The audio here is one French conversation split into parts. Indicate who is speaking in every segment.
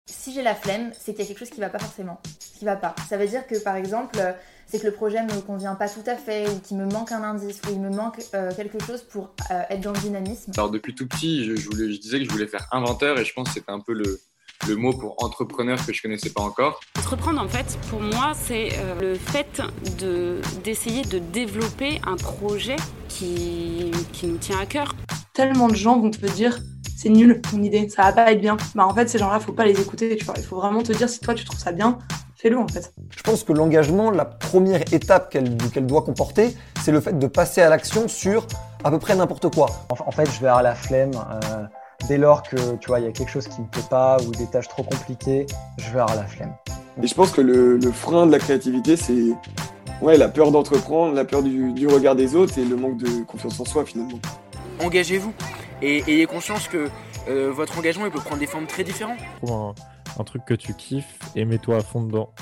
Speaker 1: Si j'ai la flemme, c'est qu'il y a quelque chose qui va pas forcément. Qui va pas. Ça veut dire que par exemple, c'est que le projet me convient pas tout à fait, ou qu'il me manque un indice, ou il me manque quelque chose pour être dans le dynamisme.
Speaker 2: Alors depuis tout petit, je disais que je voulais faire inventeur et je pense que c'était un peu le mot pour entrepreneur que je connaissais pas encore.
Speaker 3: Entreprendre, en fait, pour moi, c'est le fait d'essayer de développer un projet qui nous tient à cœur.
Speaker 4: Tellement de gens vont te dire c'est nul ton idée, ça va pas être bien. Bah en fait ces gens-là, faut pas les écouter, tu vois. Il faut vraiment te dire si toi tu trouves ça bien, fais-le en fait.
Speaker 5: Je pense que l'engagement, la première étape qu'elle doit comporter, c'est le fait de passer à l'action sur à peu près n'importe quoi.
Speaker 6: En fait, je vais avoir la flemme. Dès lors que tu vois, il y a quelque chose qui me plaît pas ou des tâches trop compliquées, je vais avoir la flemme.
Speaker 7: Et je pense que le frein de la créativité, c'est la peur d'entreprendre, la peur du regard des autres et le manque de confiance en soi finalement.
Speaker 8: Engagez-vous et ayez conscience que votre engagement il peut prendre des formes très différentes.
Speaker 9: Trouve un truc que tu kiffes et mets-toi à fond dedans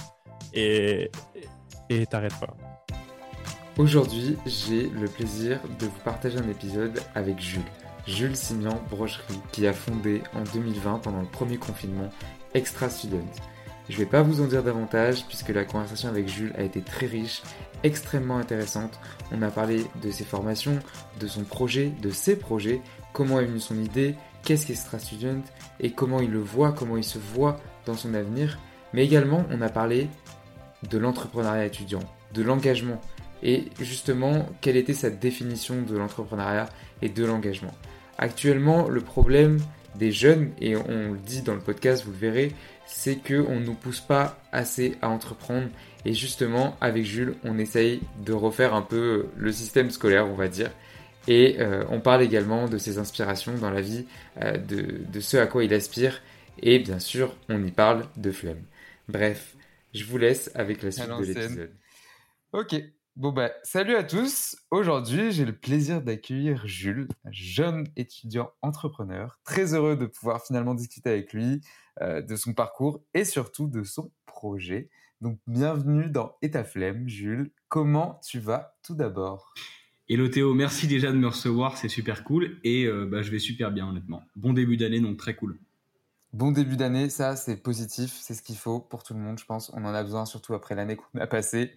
Speaker 9: et t'arrêtes pas.
Speaker 10: Aujourd'hui, j'ai le plaisir de vous partager un épisode avec Jules Simian Brocherie, qui a fondé en 2020 pendant le premier confinement Extra Student. Je ne vais pas vous en dire davantage puisque la conversation avec Jules a été très riche, extrêmement intéressante. On a parlé de ses formations, de son projet, de ses projets, comment est venue son idée, qu'est-ce qu'Extra Student et comment il le voit, comment il se voit dans son avenir. Mais également, on a parlé de l'entrepreneuriat étudiant, de l'engagement et justement, quelle était sa définition de l'entrepreneuriat et de l'engagement. Actuellement, le problème des jeunes, et on le dit dans le podcast, vous le verrez, c'est qu'on ne nous pousse pas assez à entreprendre. Et justement, avec Jules, on essaye de refaire un peu le système scolaire, on va dire. Et on parle également de ses inspirations dans la vie, de ce à quoi il aspire. Et bien sûr, on y parle de flemme. Bref, je vous laisse avec la suite de l'épisode. Ok. Bon salut à tous. Aujourd'hui, j'ai le plaisir d'accueillir Jules, un jeune étudiant entrepreneur. Très heureux de pouvoir finalement discuter avec lui de son parcours et surtout de son projet. Donc, bienvenue dans Et ta flemme, Jules. Comment tu vas tout d'abord ?
Speaker 11: Hello Théo, merci déjà de me recevoir, c'est super cool et je vais super bien honnêtement. Bon début d'année, donc très cool.
Speaker 10: Bon début d'année, ça c'est positif, c'est ce qu'il faut pour tout le monde, je pense. On en a besoin, surtout après l'année qu'on a passée.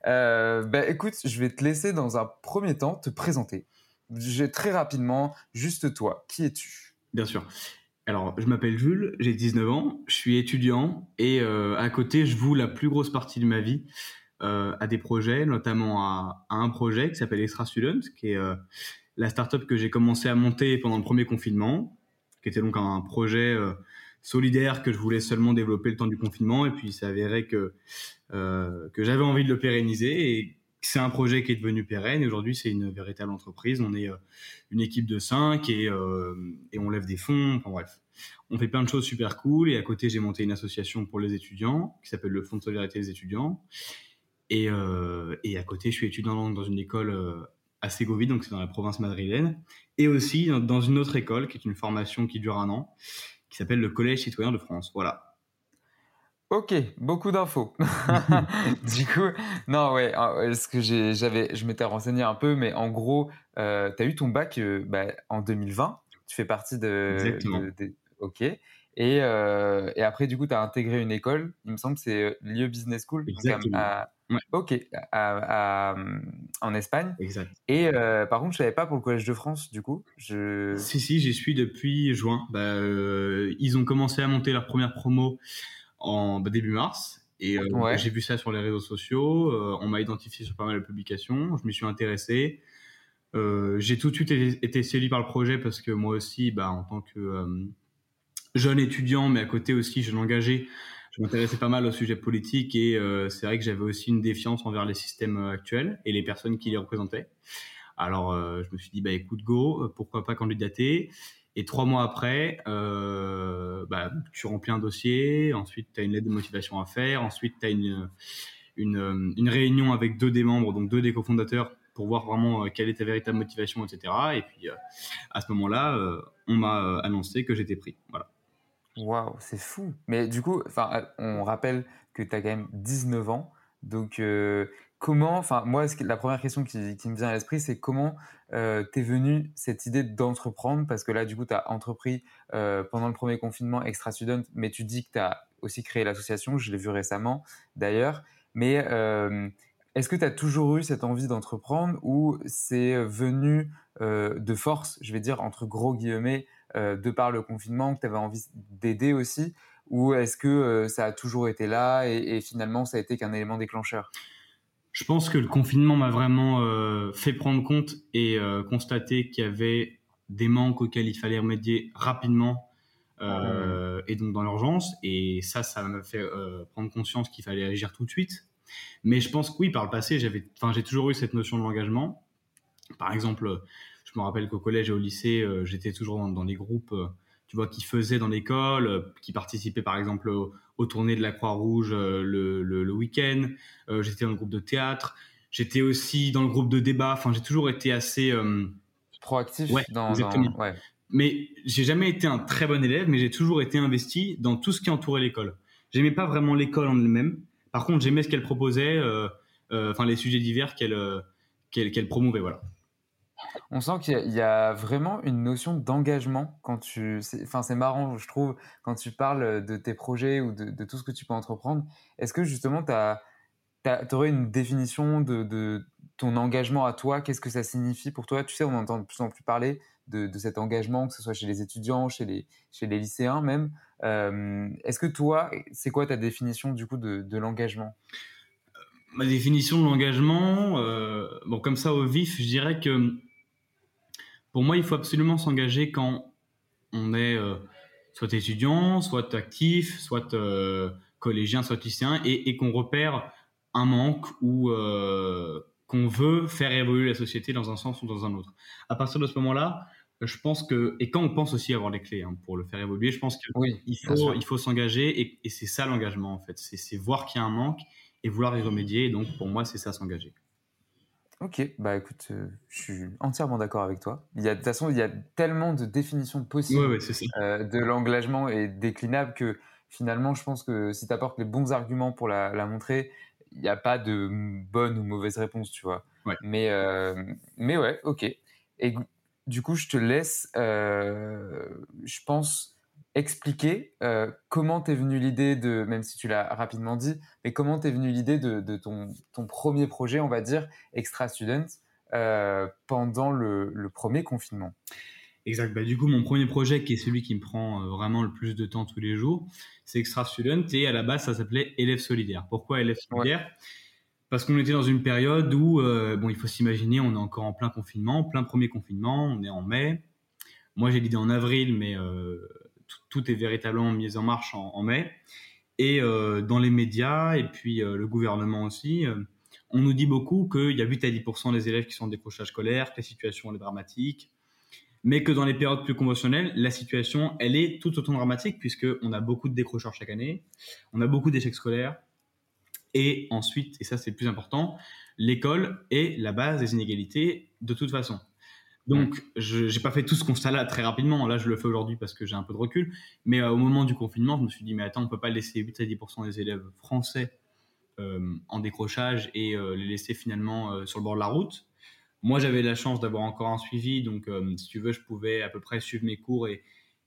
Speaker 10: Écoute, je vais te laisser dans un premier temps te présenter. Très rapidement, juste toi, qui es-tu ?
Speaker 11: Bien sûr. Alors, je m'appelle Jules, j'ai 19 ans, je suis étudiant et à côté, je voue la plus grosse partie de ma vie à des projets, notamment à un projet qui s'appelle Extra Student, qui est la start-up que j'ai commencé à monter pendant le premier confinement, qui était donc un projet solidaire que je voulais seulement développer le temps du confinement. Et puis, il s'est avéré que j'avais envie de le pérenniser. Et c'est un projet qui est devenu pérenne. Et aujourd'hui, c'est une véritable entreprise. On est une équipe de 5 et on lève des fonds. Enfin bref, on fait plein de choses super cool. Et à côté, j'ai monté une association pour les étudiants qui s'appelle le Fonds de solidarité des étudiants. Et à côté, je suis étudiant dans une école à Ségovie, donc c'est dans la province madrilène, et aussi dans une autre école qui est une formation qui dure 1 an, qui s'appelle le Collège citoyen de France. Voilà.
Speaker 10: Ok, beaucoup d'infos. Du coup, non, ouais, ce que je m'étais renseigné un peu, mais en gros, tu as eu ton bac en 2020. Tu fais partie
Speaker 11: Exactement.
Speaker 10: Ok. Et après, du coup, tu as intégré une école. Il me semble que c'est l'IE Business School.
Speaker 11: Exactement.
Speaker 10: Ouais. Ok, en Espagne.
Speaker 11: Exact.
Speaker 10: Et par contre, je savais pas pour le Collège de France, du coup.
Speaker 11: Si, j'y suis depuis juin. Ils ont commencé à monter leur première promo en début mars. Et j'ai vu ça sur les réseaux sociaux. On m'a identifié sur pas mal de publications. Je m'y suis intéressé. J'ai tout de suite été séduit par le projet parce que moi aussi, en tant que jeune étudiant, mais à côté aussi jeune engagé, je m'intéressais pas mal au sujet politique et c'est vrai que j'avais aussi une défiance envers les systèmes actuels et les personnes qui les représentaient. Alors, je me suis dit, écoute, go, pourquoi pas candidater ? Et 3 mois après, tu remplis un dossier, ensuite tu as une lettre de motivation à faire, ensuite tu as une réunion avec 2 des membres, donc 2 des cofondateurs, pour voir vraiment quelle est ta véritable motivation, etc. Et puis, à ce moment-là, on m'a annoncé que j'étais pris. Voilà.
Speaker 10: Waouh, c'est fou. Mais du coup, on rappelle que tu as quand même 19 ans. Donc, comment, enfin moi, la première question qui me vient à l'esprit, c'est comment t'es venue cette idée d'entreprendre, parce que là, du coup, tu as entrepris pendant le premier confinement Extra Student, mais tu dis que tu as aussi créé l'association, je l'ai vu récemment d'ailleurs, mais est-ce que tu as toujours eu cette envie d'entreprendre ou c'est venu de force, je vais dire entre gros guillemets, de par le confinement, que tu avais envie d'aider aussi, ou est-ce que ça a toujours été là et finalement ça a été qu'un élément déclencheur?
Speaker 11: Je pense que le confinement m'a vraiment fait prendre compte et constater qu'il y avait des manques auxquels il fallait remédier rapidement et donc dans l'urgence. Et ça m'a fait prendre conscience qu'il fallait agir tout de suite. Mais je pense que oui, par le passé, j'ai toujours eu cette notion de l'engagement. Par exemple, je me rappelle qu'au collège et au lycée, j'étais toujours dans des groupes tu vois, qui faisaient dans l'école, qui participaient par exemple aux tournées de la Croix-Rouge le week-end. J'étais dans le groupe de théâtre. J'étais aussi dans le groupe de débat. Enfin, j'ai toujours été assez
Speaker 10: proactif.
Speaker 11: Ouais, exactement. Ouais. Mais j'ai jamais été un très bon élève, mais j'ai toujours été investi dans tout ce qui entourait l'école. J'aimais pas vraiment l'école en elle-même. Par contre, j'aimais ce qu'elle proposait, les sujets divers qu'elle promouvait, voilà.
Speaker 10: On sent qu'il y a vraiment une notion d'engagement c'est marrant, je trouve, quand tu parles de tes projets ou de tout ce que tu peux entreprendre. Est-ce que justement, t'aurais une définition de ton engagement à toi? Qu'est-ce que ça signifie pour toi? Tu sais, on entend de plus en plus parler de cet engagement, que ce soit chez les étudiants, chez les lycéens même. Est-ce que toi, c'est quoi ta définition du coup de l'engagement?
Speaker 11: Ma définition de l'engagement, comme ça au vif, je dirais que pour moi, il faut absolument s'engager quand on est soit étudiant, soit actif, soit collégien, soit lycéen, et qu'on repère un manque ou qu'on veut faire évoluer la société dans un sens ou dans un autre. À partir de ce moment-là, je pense que, et quand on pense aussi avoir les clés pour le faire évoluer, je pense qu'il faut s'engager, et c'est ça l'engagement en fait. C'est voir qu'il y a un manque et vouloir y remédier. Et donc pour moi, c'est ça, s'engager.
Speaker 10: Ok, bah écoute, je suis entièrement d'accord avec toi. De toute façon, il y a tellement de définitions possibles de l'engagement et déclinables que finalement, je pense que si tu apportes les bons arguments pour la montrer, il n'y a pas de bonne ou mauvaise réponse, tu vois.
Speaker 11: Ouais.
Speaker 10: Mais ouais, ok. Et du coup, je te laisse, je pense, expliquer comment t'es venue l'idée même si tu l'as rapidement dit, mais comment t'es venue l'idée de ton premier projet, on va dire, Extra Student, pendant le premier confinement.
Speaker 11: Exact. Du coup, mon premier projet, qui est celui qui me prend vraiment le plus de temps tous les jours, c'est Extra Student, et à la base, ça s'appelait Élèves solidaires. Pourquoi Élèves solidaires ? Parce qu'on était dans une période où, il faut s'imaginer, on est encore en plein confinement, plein premier confinement, on est en mai. Moi, j'ai l'idée en avril, mais tout est véritablement mis en marche en mai. Et dans les médias, et puis le gouvernement aussi, on nous dit beaucoup qu'il y a 8 à 10% des élèves qui sont en décrochage scolaire, que la situation est dramatique, mais que dans les périodes plus conventionnelles, la situation, elle est tout autant dramatique, puisqu'on a beaucoup de décrocheurs chaque année, on a beaucoup d'échecs scolaires, et ensuite, et ça c'est le plus important, l'école est la base des inégalités de toute façon. Donc, je n'ai pas fait tout ce constat-là très rapidement. Là, je le fais aujourd'hui parce que j'ai un peu de recul. Mais au moment du confinement, je me suis dit, mais attends, on ne peut pas laisser 8 à 10% des élèves français en décrochage et les laisser finalement sur le bord de la route. Moi, j'avais la chance d'avoir encore un suivi. Donc, si tu veux, je pouvais à peu près suivre mes cours et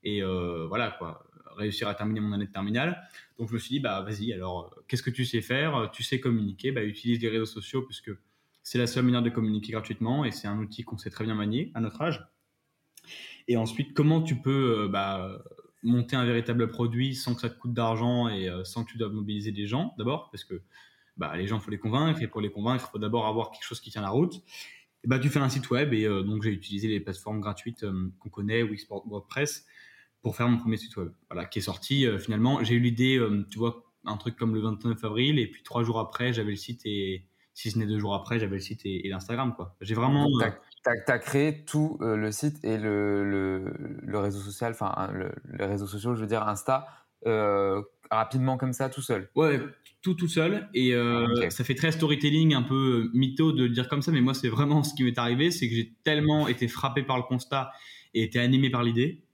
Speaker 11: réussir à terminer mon année de terminale. Donc, je me suis dit, vas-y, alors, qu'est-ce que tu sais faire ? Tu sais communiquer, utilise les réseaux sociaux puisque c'est la seule manière de communiquer gratuitement et c'est un outil qu'on sait très bien manier à notre âge. Et ensuite, comment tu peux monter un véritable produit sans que ça te coûte d'argent et sans que tu doives mobiliser des gens d'abord, parce que les gens, il faut les convaincre, et pour les convaincre, il faut d'abord avoir quelque chose qui tient la route. Et tu fais un site web, et donc j'ai utilisé les plateformes gratuites qu'on connaît, Wix, WordPress, pour faire mon premier site web, qui est sorti finalement. J'ai eu l'idée, tu vois, un truc comme le 29 avril, et puis 3 jours après, j'avais le site, et si ce n'est 2 jours après, j'avais le site et l'Instagram, quoi. J'ai vraiment.
Speaker 10: T'as créé tout le site et le réseau social, les réseaux sociaux, je veux dire Insta, rapidement comme ça, tout seul.
Speaker 11: Ouais, tout seul. Et ça fait très storytelling, un peu mytho de le dire comme ça, mais moi, c'est vraiment ce qui m'est arrivé, c'est que j'ai tellement été frappé par le constat et été animé par l'idée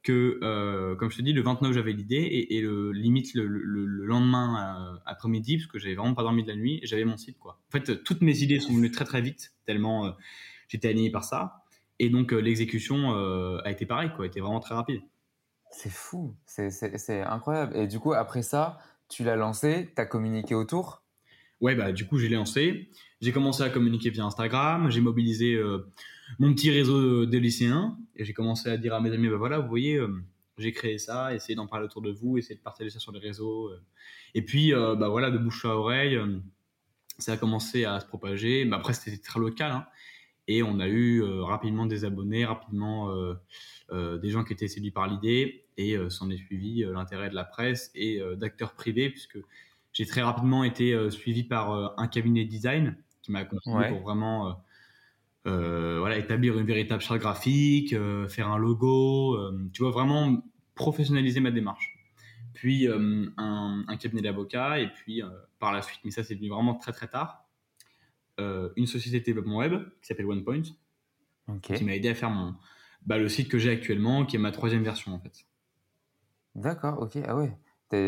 Speaker 11: comme je te dis, le 29, j'avais l'idée et limite le lendemain après-midi, parce que j'avais vraiment pas dormi de la nuit, j'avais mon site, quoi. En fait, toutes mes idées sont venues très très vite, tellement j'étais aligné par ça. Et donc, l'exécution a été pareil, quoi, a été vraiment très rapide.
Speaker 10: C'est fou, c'est incroyable. Et du coup, après ça, tu l'as lancé, tu as communiqué autour?
Speaker 11: Ouais, bah du coup, je l'ai lancé. J'ai commencé à communiquer via Instagram. J'ai mobilisé mon petit réseau de lycéens et j'ai commencé à dire à mes amis, bah voilà, vous voyez, j'ai créé ça. Essayez d'en parler autour de vous, essayez de partager ça sur les réseaux. Et puis, bah voilà, de bouche à oreille, ça a commencé à se propager. Bah, après, c'était très local, hein. Et on a eu rapidement des abonnés, rapidement des gens qui étaient séduits par l'idée et s'en est suivi l'intérêt de la presse et d'acteurs privés, puisque j'ai très rapidement été suivi par un cabinet de design qui m'a accompagné pour vraiment voilà, établir une véritable charte graphique, faire un logo, tu vois, vraiment professionnaliser ma démarche. Puis un cabinet d'avocats et puis par la suite, mais ça c'est venu vraiment très très tard, une société de développement web qui s'appelle OnePoint, qui m'a aidé à faire le site que j'ai actuellement, qui est ma 3e version en fait.
Speaker 10: D'accord, ok, ah ouais.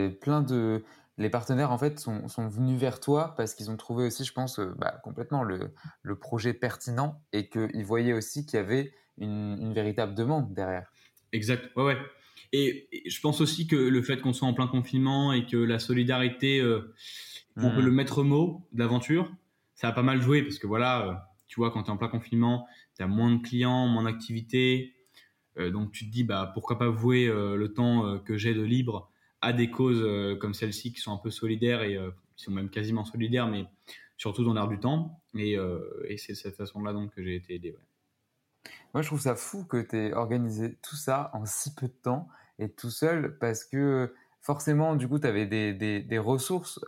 Speaker 10: Les partenaires en fait sont venus vers toi parce qu'ils ont trouvé aussi, je pense, complètement le projet pertinent et qu'ils voyaient aussi qu'il y avait une véritable demande derrière.
Speaker 11: Exact, ouais. Et je pense aussi que le fait qu'on soit en plein confinement et que la solidarité, on peut le maître mot de l'aventure, ça a pas mal joué parce que voilà, tu vois, quand tu es en plein confinement, tu as moins de clients, moins d'activités. Donc tu te dis, bah, pourquoi pas vouer le temps que j'ai de libre à des causes comme celle-ci qui sont un peu solidaires et qui sont même quasiment solidaires, mais surtout dans l'air du temps. Et c'est de cette façon-là donc que j'ai été aidé. Ouais.
Speaker 10: Moi, je trouve ça fou que tu aies organisé tout ça en si peu de temps et tout seul parce que forcément, du coup, tu avais des ressources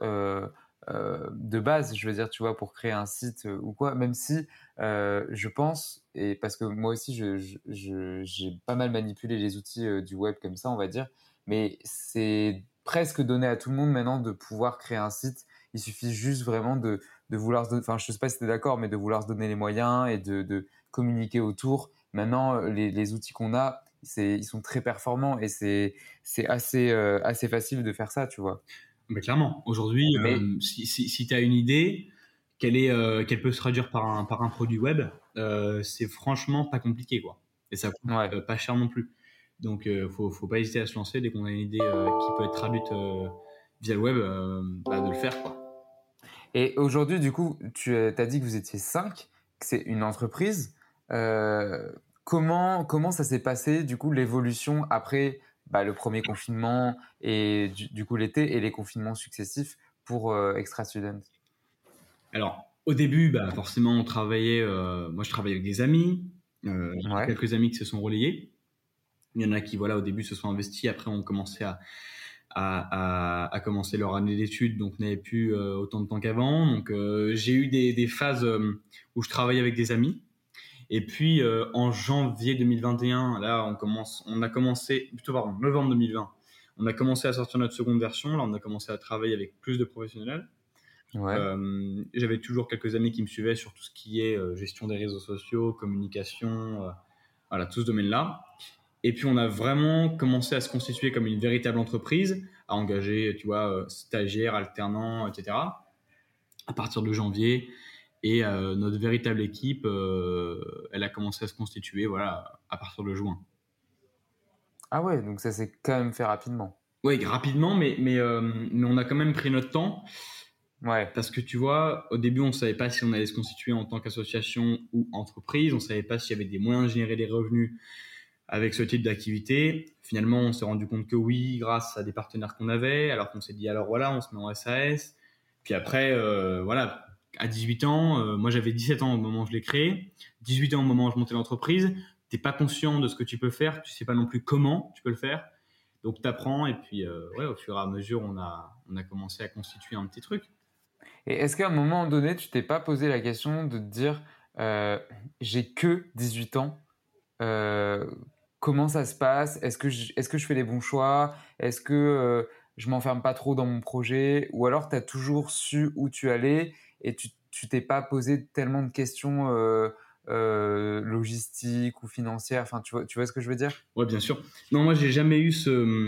Speaker 10: de base, je veux dire, tu vois, pour créer un site ou quoi, même si je pense, et parce que moi aussi, j'ai pas mal manipulé les outils du web comme ça, on va dire, mais c'est presque donné à tout le monde maintenant de pouvoir créer un site. Il suffit juste vraiment de vouloir enfin, je sais pas si tu es d'accord, mais de vouloir se donner les moyens et de communiquer autour. Maintenant, les outils qu'on a, ils sont très performants et c'est assez facile de faire ça, tu vois.
Speaker 11: Mais clairement, aujourd'hui, si tu as une idée, qu'elle peut se traduire par un produit web, c'est franchement pas compliqué, quoi. Et ça coûte pas cher non plus. Donc, faut pas hésiter à se lancer dès qu'on a une idée qui peut être traduite via le web, de le faire, quoi.
Speaker 10: Et aujourd'hui, du coup, tu as dit que vous étiez 5, que c'est une entreprise. Comment ça s'est passé, du coup, l'évolution après le premier confinement et du coup l'été et les confinements successifs pour Extra Student?
Speaker 11: Alors, au début, forcément, on travaillait. Moi, je travaillais avec des amis. J'ai quelques amis qui se sont relayés. Il y en a qui, voilà, au début, se sont investis. Après, ont commencé à commencer leur année d'études, donc n'avaient plus autant de temps qu'avant. Donc, j'ai eu des phases où je travaillais avec des amis. Et puis, en janvier 2021, là, novembre 2020, on a commencé à sortir notre seconde version. Là, on a commencé à travailler avec plus de professionnels. J'avais toujours quelques amis qui me suivaient sur tout ce qui est gestion des réseaux sociaux, communication, voilà, tout ce domaine-là. Et puis, on a vraiment commencé à se constituer comme une véritable entreprise, à engager, tu vois, stagiaires, alternants, etc. À partir de janvier. Et notre véritable équipe, elle a commencé à se constituer, voilà, à partir de juin.
Speaker 10: Ah ouais, donc ça s'est quand même fait rapidement.
Speaker 11: Oui, rapidement, mais on a quand même pris notre temps.
Speaker 10: Ouais.
Speaker 11: Parce que tu vois, au début, on ne savait pas si on allait se constituer en tant qu'association ou entreprise. On ne savait pas s'il y avait des moyens de générer des revenus avec ce type d'activité. Finalement, on s'est rendu compte que oui, grâce à des partenaires qu'on avait. Alors qu'on s'est dit, alors voilà, on se met en SAS. Puis après, voilà, à 18 ans, moi j'avais 17 ans au moment où je l'ai créé. 18 ans au moment où je montais l'entreprise. Tu n'es pas conscient de ce que tu peux faire. Tu ne sais pas non plus comment tu peux le faire. Donc, tu apprends. Et puis, au fur et à mesure, on a commencé à constituer un petit truc.
Speaker 10: Et est-ce qu'à un moment donné, tu t'es pas posé la question de te dire j'ai que 18 ans, comment ça se passe? Est-ce que je fais les bons choix? Est-ce que je m'enferme pas trop dans mon projet? Ou alors tu as toujours su où tu allais et tu t'es pas posé tellement de questions logistique ou financière. Enfin, tu vois ce que je veux dire?
Speaker 11: Ouais, bien sûr. Non, moi, j'ai jamais eu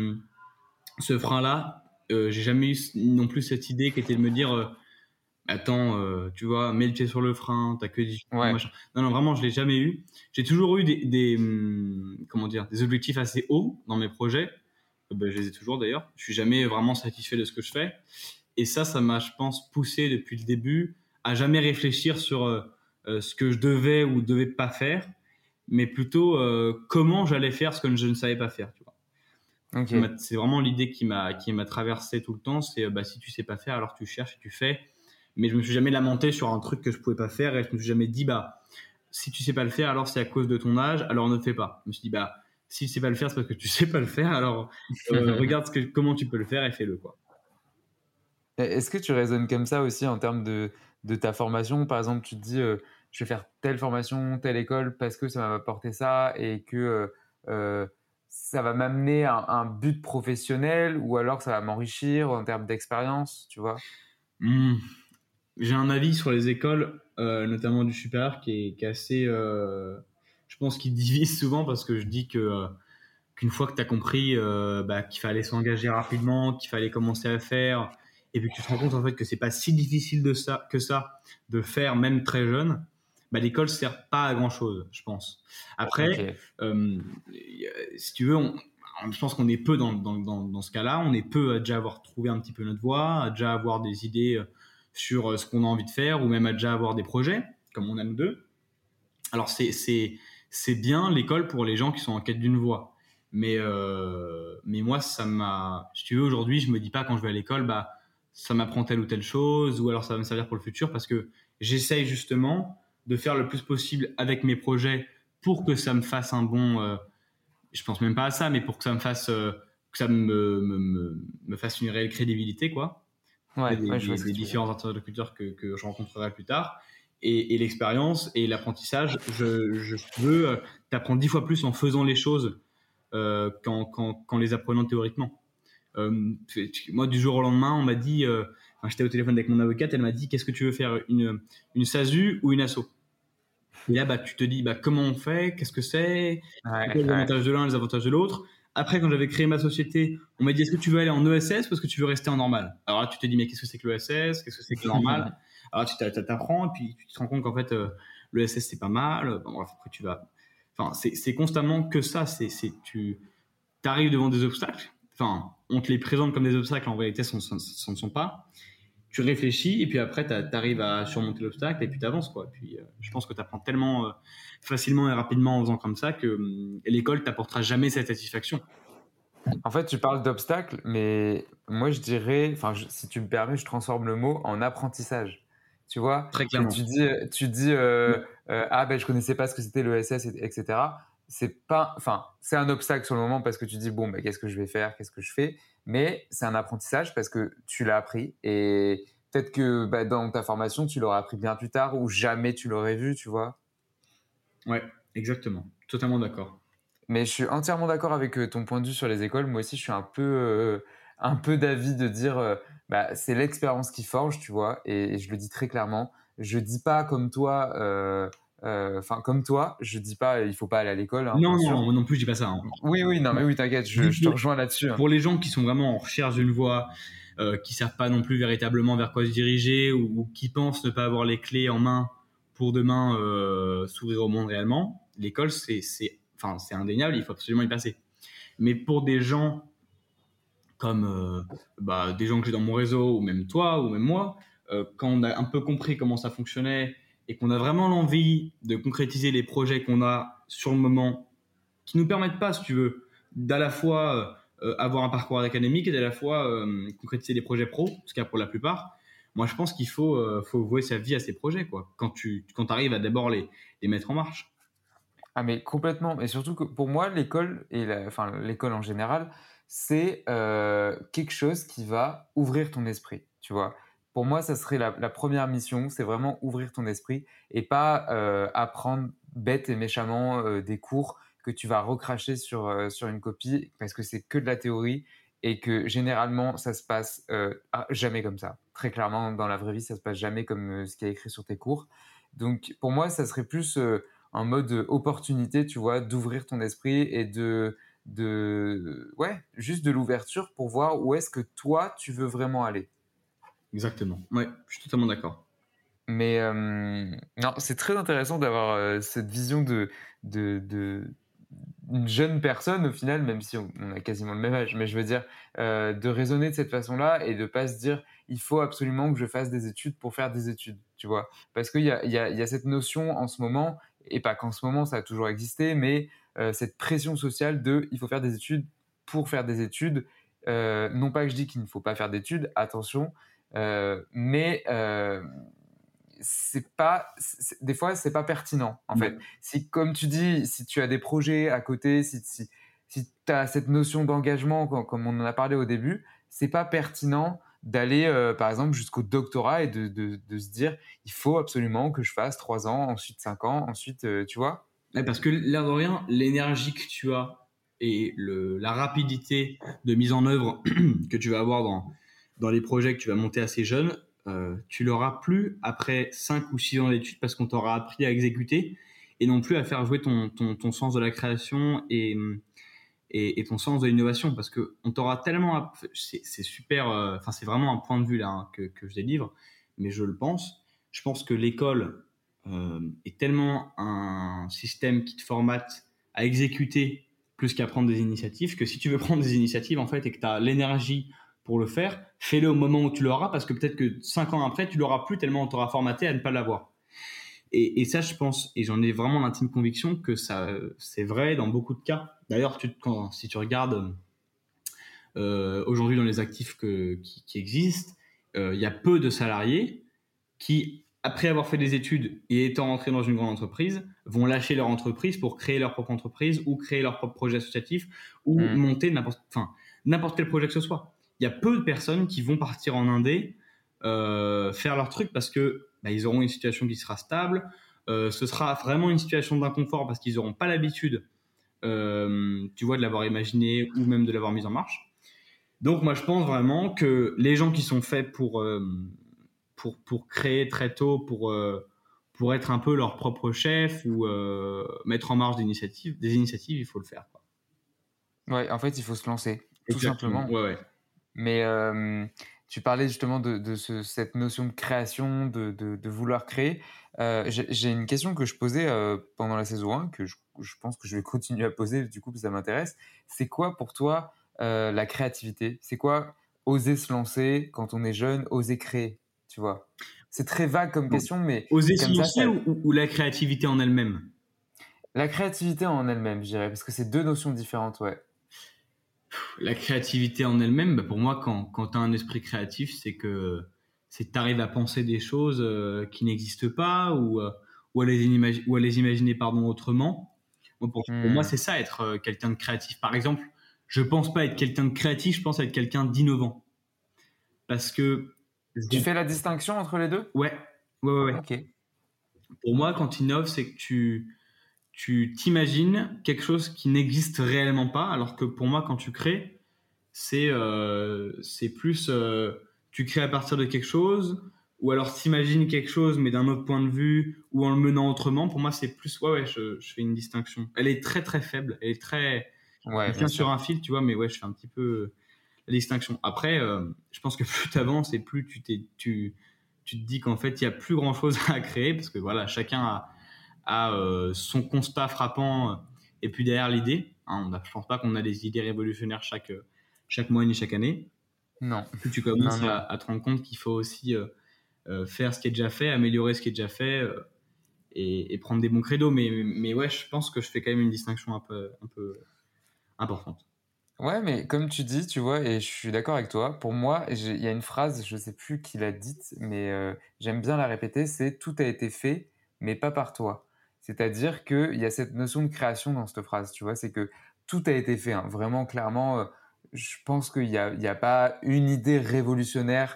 Speaker 11: ce frein-là. J'ai jamais eu non plus cette idée qui était de me dire attends, tu vois, mets le pied sur le frein, t'as que 18 ans,
Speaker 10: Ouais.
Speaker 11: machin. Non, vraiment, je l'ai jamais eu. J'ai toujours eu comment dire, des objectifs assez hauts dans mes projets. Ben, je les ai toujours d'ailleurs. Je suis jamais vraiment satisfait de ce que je fais. Et ça m'a, je pense, poussé depuis le début à jamais réfléchir sur ce que je devais ou devais pas faire, mais plutôt comment j'allais faire ce que je ne savais pas faire, tu vois.
Speaker 10: Ok.
Speaker 11: C'est vraiment l'idée qui m'a traversé tout le temps. C'est si tu sais pas faire, alors tu cherches et tu fais. Mais je me suis jamais lamenté sur un truc que je pouvais pas faire et je me suis jamais dit si tu sais pas le faire, alors c'est à cause de ton âge, alors ne le fais pas. Je me suis dit si tu sais pas le faire, c'est parce que tu sais pas le faire, alors regarde comment tu peux le faire et fais-le, quoi.
Speaker 10: Est-ce que tu raisonnes comme ça aussi en termes de ta formation? Par exemple, tu te dis, je vais faire telle formation, telle école parce que ça m'a apporté ça et que ça va m'amener à un but professionnel ou alors ça va m'enrichir en termes d'expérience, tu vois?
Speaker 11: J'ai un avis sur les écoles, notamment du supérieur, qui est assez, je pense, qui divise souvent parce que je dis qu'une fois que tu as compris qu'il fallait s'engager rapidement, qu'il fallait commencer à faire, et puis que tu te rends compte en fait que c'est pas si difficile que ça de faire même très jeune, l'école sert pas à grand chose, je pense. Après, si tu veux, je pense qu'on est peu dans ce cas-là. On est peu à déjà avoir trouvé un petit peu notre voie, à déjà avoir des idées sur ce qu'on a envie de faire, ou même à déjà avoir des projets, comme on a nous deux. Alors c'est bien l'école pour les gens qui sont en quête d'une voie. Mais moi, si tu veux, aujourd'hui, je me dis pas quand je vais à l'école, ça m'apprend telle ou telle chose, ou alors ça va me servir pour le futur, parce que j'essaye justement de faire le plus possible avec mes projets pour que ça me fasse un bon, je pense même pas à ça, mais pour que ça me fasse, que ça me fasse une réelle crédibilité, quoi.
Speaker 10: Ouais,
Speaker 11: Je vois des différents interlocuteurs que je rencontrerai plus tard. Et l'expérience et l'apprentissage, je veux, t'apprends 10 fois plus en faisant les choses qu'en les apprenant théoriquement. Moi, du jour au lendemain, on m'a dit, j'étais au téléphone avec mon avocate, elle m'a dit, qu'est-ce que tu veux faire, une SASU ou une asso? Et là, tu te dis, comment on fait, qu'est-ce que c'est, les avantages de l'un, les avantages de l'autre. Après, quand j'avais créé ma société, on m'a dit, est-ce que tu veux aller en ESS ou est-ce que tu veux rester en normal? Alors là, tu te dis, mais qu'est-ce que c'est que l'ESS? Qu'est-ce que c'est que le normal? Alors tu t'apprends, et puis tu te rends compte qu'en fait, l'ESS, c'est pas mal. Bon, après, tu vas, enfin, c'est constamment que ça. Tu arrives devant des obstacles. Enfin, on te les présente comme des obstacles. En réalité, ce ne sont pas. Tu réfléchis et puis après, tu arrives à surmonter l'obstacle et puis tu avances, quoi. Puis, je pense que tu apprends tellement facilement et rapidement en faisant comme ça que l'école t'apportera jamais cette satisfaction.
Speaker 10: En fait, tu parles d'obstacles, mais moi, je dirais, si tu me permets, je transforme le mot en apprentissage. Tu vois,
Speaker 11: très clairement.
Speaker 10: Tu dis, je connaissais pas ce que c'était l'ESS, etc. C'est un obstacle sur le moment parce que tu dis, qu'est-ce que je vais faire, qu'est-ce que je fais? Mais c'est un apprentissage parce que tu l'as appris et peut-être que dans ta formation, tu l'auras appris bien plus tard ou jamais tu l'aurais vu, tu vois.
Speaker 11: Ouais, exactement. Totalement d'accord.
Speaker 10: Mais je suis entièrement d'accord avec ton point de vue sur les écoles. Moi aussi, je suis un peu d'avis de dire, c'est l'expérience qui forge, tu vois. Et je le dis très clairement. Je dis pas comme toi, je dis pas il faut pas aller à l'école. Hein,
Speaker 11: non, moi non plus, je dis pas ça. Hein.
Speaker 10: Oui, non, mais oui, t'inquiète, je te rejoins là-dessus.
Speaker 11: Pour les gens qui sont vraiment en recherche d'une voie, qui savent pas non plus véritablement vers quoi se diriger ou qui pensent ne pas avoir les clés en main pour demain s'ouvrir au monde réellement, l'école c'est indéniable, il faut absolument y passer. Mais pour des gens comme des gens que j'ai dans mon réseau ou même toi ou même moi, quand on a un peu compris comment ça fonctionnait et qu'on a vraiment l'envie de concrétiser les projets qu'on a sur le moment, qui nous permettent pas, si tu veux, d'à la fois avoir un parcours académique et d'à la fois concrétiser des projets pro, ce qu'il y a pour la plupart. Moi, je pense qu'il faut vouer sa vie à ces projets, quoi. Quand tu arrives à d'abord les mettre en marche.
Speaker 10: Ah, mais complètement. Et surtout que pour moi, l'école l'école en général, c'est quelque chose qui va ouvrir ton esprit, tu vois. Pour moi, ça serait la première mission, c'est vraiment ouvrir ton esprit et pas apprendre bête et méchamment des cours que tu vas recracher sur une copie parce que c'est que de la théorie et que généralement, ça se passe jamais comme ça. Très clairement, dans la vraie vie, ça se passe jamais comme ce qui est écrit sur tes cours. Donc, pour moi, ça serait plus un mode opportunité, tu vois, d'ouvrir ton esprit et ouais, juste de l'ouverture pour voir où est-ce que toi, tu veux vraiment aller.
Speaker 11: Exactement. Ouais, je suis totalement d'accord.
Speaker 10: Mais non, c'est très intéressant d'avoir cette vision de une jeune personne au final, même si on a quasiment le même âge, mais je veux dire de raisonner de cette façon-là et de pas se dire il faut absolument que je fasse des études pour faire des études, tu vois, parce qu'il y a cette notion en ce moment, et pas qu'en ce moment, ça a toujours existé, mais cette pression sociale de il faut faire des études pour faire des études. Non pas que je dis qu'il ne faut pas faire d'études, attention, mais des fois c'est pas pertinent en fait. Si, comme tu dis, si tu as des projets à côté, si tu as cette notion d'engagement comme on en a parlé au début, c'est pas pertinent d'aller par exemple jusqu'au doctorat et de se dire il faut absolument que je fasse 3 ans, ensuite 5 ans, ensuite tu vois.
Speaker 11: Ouais, parce que l'air de rien, l'énergie que tu as et la rapidité de mise en œuvre que tu vas avoir dans les projets que tu vas monter assez jeune, tu l'auras plus après 5 ou 6 ans d'études parce qu'on t'aura appris à exécuter et non plus à faire jouer ton sens de la création et ton sens de l'innovation, parce que on t'aura tellement, c'est super, enfin c'est vraiment un point de vue là que je délivre, mais je pense que l'école est tellement un système qui te formate à exécuter plus qu'à prendre des initiatives, que si tu veux prendre des initiatives en fait et que tu as l'énergie pour le faire, fais-le au moment où tu l'auras, parce que peut-être que 5 ans après tu l'auras plus tellement on t'aura formaté à ne pas l'avoir. Et ça, je pense, et j'en ai vraiment l'intime conviction que ça, c'est vrai dans beaucoup de cas. D'ailleurs, si tu regardes aujourd'hui dans les actifs qui existent, il y a peu de salariés qui, après avoir fait des études et étant rentrés dans une grande entreprise, vont lâcher leur entreprise pour créer leur propre entreprise ou créer leur propre projet associatif ou monter n'importe quel projet que ce soit. Il y a peu de personnes qui vont partir en indé, faire leur truc parce que ils auront une situation qui sera stable. Ce sera vraiment une situation d'inconfort parce qu'ils n'auront pas l'habitude, tu vois, de l'avoir imaginé ou même de l'avoir mise en marche. Donc moi, je pense vraiment que les gens qui sont faits pour créer très tôt, pour être un peu leur propre chef ou mettre en marche des initiatives, il faut le faire, quoi.
Speaker 10: Ouais, en fait, il faut se lancer, tout
Speaker 11: Exactement.
Speaker 10: simplement.
Speaker 11: Ouais.
Speaker 10: Mais tu parlais justement de cette notion de création, de vouloir créer. J'ai une question que je posais pendant la saison 1, que je pense que je vais continuer à poser, du coup, parce que ça m'intéresse. C'est quoi pour toi la créativité? C'est quoi oser se lancer quand on est jeune, oser créer, tu vois? C'est très vague comme question, mais
Speaker 11: oser se
Speaker 10: comme
Speaker 11: lancer ou la créativité en elle-même?
Speaker 10: La créativité en elle-même, je dirais, parce que c'est deux notions différentes, ouais.
Speaker 11: La créativité en elle-même, pour moi, quand tu as un esprit créatif, c'est que tu arrives à penser des choses qui n'existent pas ou à les imaginer autrement. Pour moi, c'est ça, être quelqu'un de créatif. Par exemple, je pense pas être quelqu'un de créatif, je pense être quelqu'un d'innovant. Parce que...
Speaker 10: Tu fais la distinction entre les deux ?
Speaker 11: Ouais.
Speaker 10: Ok.
Speaker 11: Pour moi, quand tu innoves, c'est que tu t'imagines quelque chose qui n'existe réellement pas, alors que pour moi, quand tu crées, c'est plus tu crées à partir de quelque chose, ou alors t'imagines quelque chose mais d'un autre point de vue, ou en le menant autrement. Pour moi, c'est plus je fais une distinction. Elle est très très faible, elle est très bien sur un fil, tu vois, mais je fais un petit peu la distinction. Après, je pense que plus t'avances et plus tu te dis qu'en fait il y a plus grand chose à créer, parce que voilà, chacun a son constat frappant et puis derrière l'idée, je pense pas qu'on a des idées révolutionnaires chaque mois et chaque année.
Speaker 10: Non.
Speaker 11: Plus tu commences à te rendre compte qu'il faut aussi faire ce qui est déjà fait, améliorer ce qui est déjà fait et prendre des bons credos. Mais ouais, je pense que je fais quand même une distinction un peu importante.
Speaker 10: Ouais, mais comme tu dis, tu vois, et je suis d'accord avec toi, pour moi, il y a une phrase, je sais plus qui l'a dite, mais j'aime bien la répéter, c'est « tout a été fait, mais pas par toi ». C'est-à-dire qu'il y a cette notion de création dans cette phrase, tu vois, c'est que tout a été fait, hein, vraiment, clairement, je pense qu'il y a pas une idée révolutionnaire,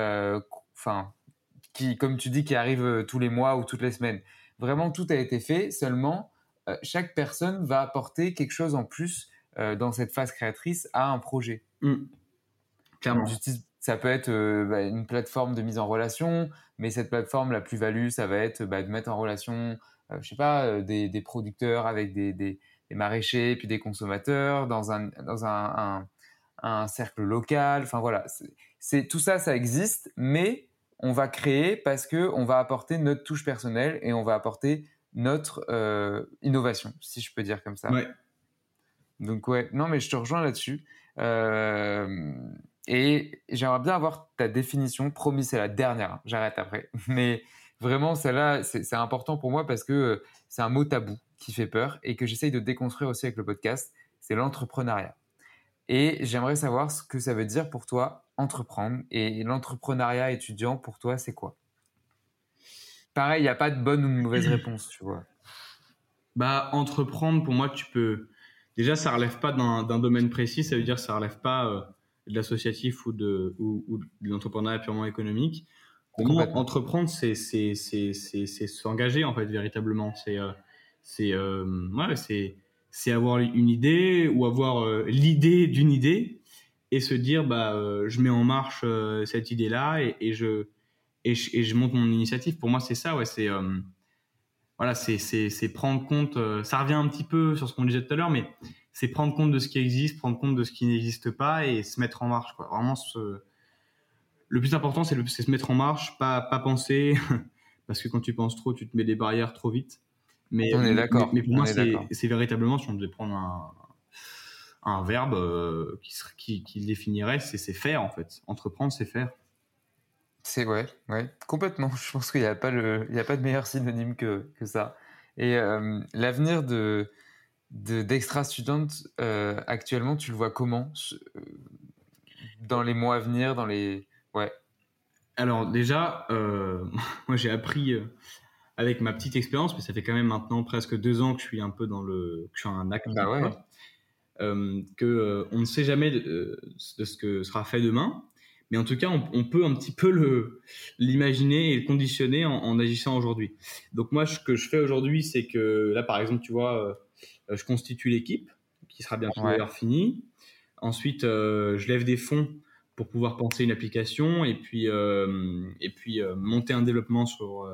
Speaker 10: qui, comme tu dis, qui arrive tous les mois ou toutes les semaines. Vraiment, tout a été fait, seulement, chaque personne va apporter quelque chose en plus dans cette phase créatrice à un projet.
Speaker 11: Clairement.
Speaker 10: Ça peut être une plateforme de mise en relation, mais cette plateforme, la plus-value, ça va être de mettre en relation, je sais pas, des producteurs avec des maraîchers, puis des consommateurs dans un cercle local. Enfin voilà, tout ça, ça existe, mais on va créer parce que on va apporter notre touche personnelle et on va apporter notre innovation, si je peux dire comme ça.
Speaker 11: Ouais.
Speaker 10: Donc ouais, non mais je te rejoins là-dessus. Et j'aimerais bien avoir ta définition. Promis, c'est la dernière. Hein. J'arrête après. Mais vraiment, celle-là, c'est important pour moi parce que c'est un mot tabou qui fait peur et que j'essaye de déconstruire aussi avec le podcast. C'est l'entrepreneuriat. Et j'aimerais savoir ce que ça veut dire pour toi entreprendre. Et l'entrepreneuriat étudiant, pour toi, c'est quoi? Pareil, il n'y a pas de bonne ou de mauvaise réponse, tu vois.
Speaker 11: Bah, entreprendre, pour moi, tu peux. Déjà, ça relève pas d'un domaine précis. Ça veut dire que ça relève pas de l'associatif ou de l'entrepreneuriat purement économique. Pour moi, entreprendre, c'est s'engager en fait véritablement. C'est avoir une idée ou avoir l'idée d'une idée et se dire je mets en marche cette idée-là et je monte mon initiative. Pour moi, c'est ça. Ouais, voilà, c'est prendre compte. Ça revient un petit peu sur ce qu'on disait tout à l'heure, mais c'est prendre compte de ce qui existe, prendre compte de ce qui n'existe pas et se mettre en marche. Quoi. Vraiment, le plus important, c'est se mettre en marche, pas penser, parce que quand tu penses trop, tu te mets des barrières trop vite. Mais
Speaker 10: on est d'accord.
Speaker 11: Mais pour moi, c'est véritablement, si on devait prendre un verbe qui le définirait, c'est faire en fait. Entreprendre, c'est faire.
Speaker 10: C'est ouais, complètement. Je pense qu'il n'y a pas de meilleur synonyme que ça. Et l'avenir d'Extra Student actuellement, tu le vois comment dans les mois à venir, ouais.
Speaker 11: Alors déjà, moi j'ai appris avec ma petite expérience, mais ça fait quand même maintenant presque 2 ans que je suis un peu que je suis un acteur.
Speaker 10: Bah ouais.
Speaker 11: On ne sait jamais de ce que sera fait demain. Mais en tout cas, on peut un petit peu l'imaginer et le conditionner en agissant aujourd'hui. Donc moi, ce que je fais aujourd'hui, c'est que là, par exemple, tu vois, je constitue l'équipe qui sera bientôt d'ailleurs finie. Ensuite, je lève des fonds pour pouvoir penser une application et puis monter un développement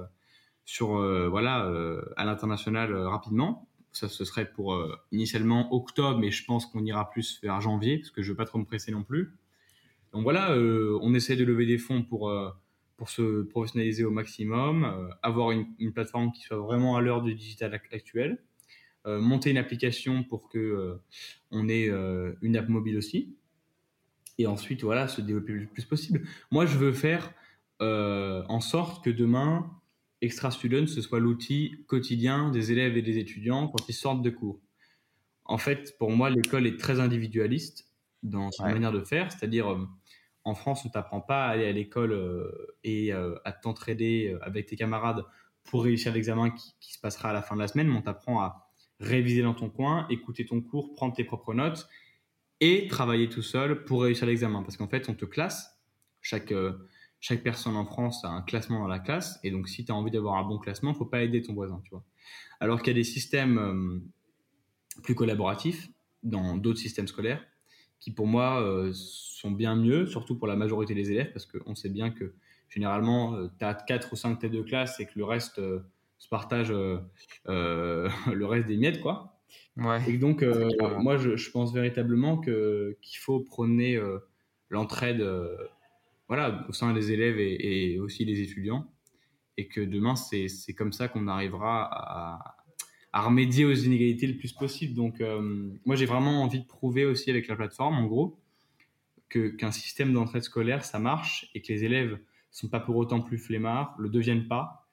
Speaker 11: à l'international rapidement. Ça, ce serait pour initialement octobre, mais je pense qu'on ira plus vers janvier parce que je veux pas trop me presser non plus. Donc voilà, on essaie de lever des fonds pour se professionnaliser au maximum, avoir une plateforme qui soit vraiment à l'heure du digital actuel, monter une application pour que on ait une app mobile aussi, et ensuite voilà, se développer le plus possible. Moi, je veux faire en sorte que demain, Extra Student, ce soit l'outil quotidien des élèves et des étudiants quand ils sortent de cours. En fait, pour moi, l'école est très individualiste dans sa manière de faire, c'est-à-dire en France, on t'apprend pas à aller à l'école et à t'entraider avec tes camarades pour réussir l'examen qui se passera à la fin de la semaine, mais on t'apprend à réviser dans ton coin, écouter ton cours, prendre tes propres notes et travailler tout seul pour réussir l'examen. Parce qu'en fait, on te classe. Chaque personne en France a un classement dans la classe, et donc si tu as envie d'avoir un bon classement, faut pas aider ton voisin, tu vois. Alors qu'il y a des systèmes plus collaboratifs dans d'autres systèmes scolaires qui pour moi sont bien mieux, surtout pour la majorité des élèves, parce qu'on sait bien que généralement tu as 4 ou 5 têtes de classe et que le reste se partage le reste des miettes, quoi.
Speaker 10: Ouais.
Speaker 11: Et donc moi je pense véritablement qu'il faut prôner l'entraide au sein des élèves et aussi des étudiants, et que demain c'est comme ça qu'on arrivera à remédier aux inégalités le plus possible. Donc moi j'ai vraiment envie de prouver aussi avec la plateforme en gros qu'un système d'entraide scolaire ça marche, et que les élèves sont pas pour autant plus flemmards, le deviennent pas.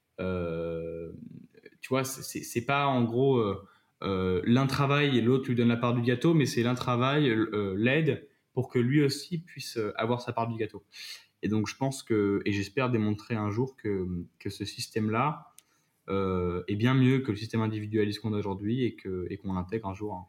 Speaker 11: Tu vois, c'est pas en gros l'un travaille et l'autre lui donne la part du gâteau, mais c'est l'un travaille, l'aide pour que lui aussi puisse avoir sa part du gâteau. Et donc je pense et j'espère démontrer un jour que ce système-là est bien mieux que le système individualiste qu'on a aujourd'hui, et qu'on l'intègre un jour.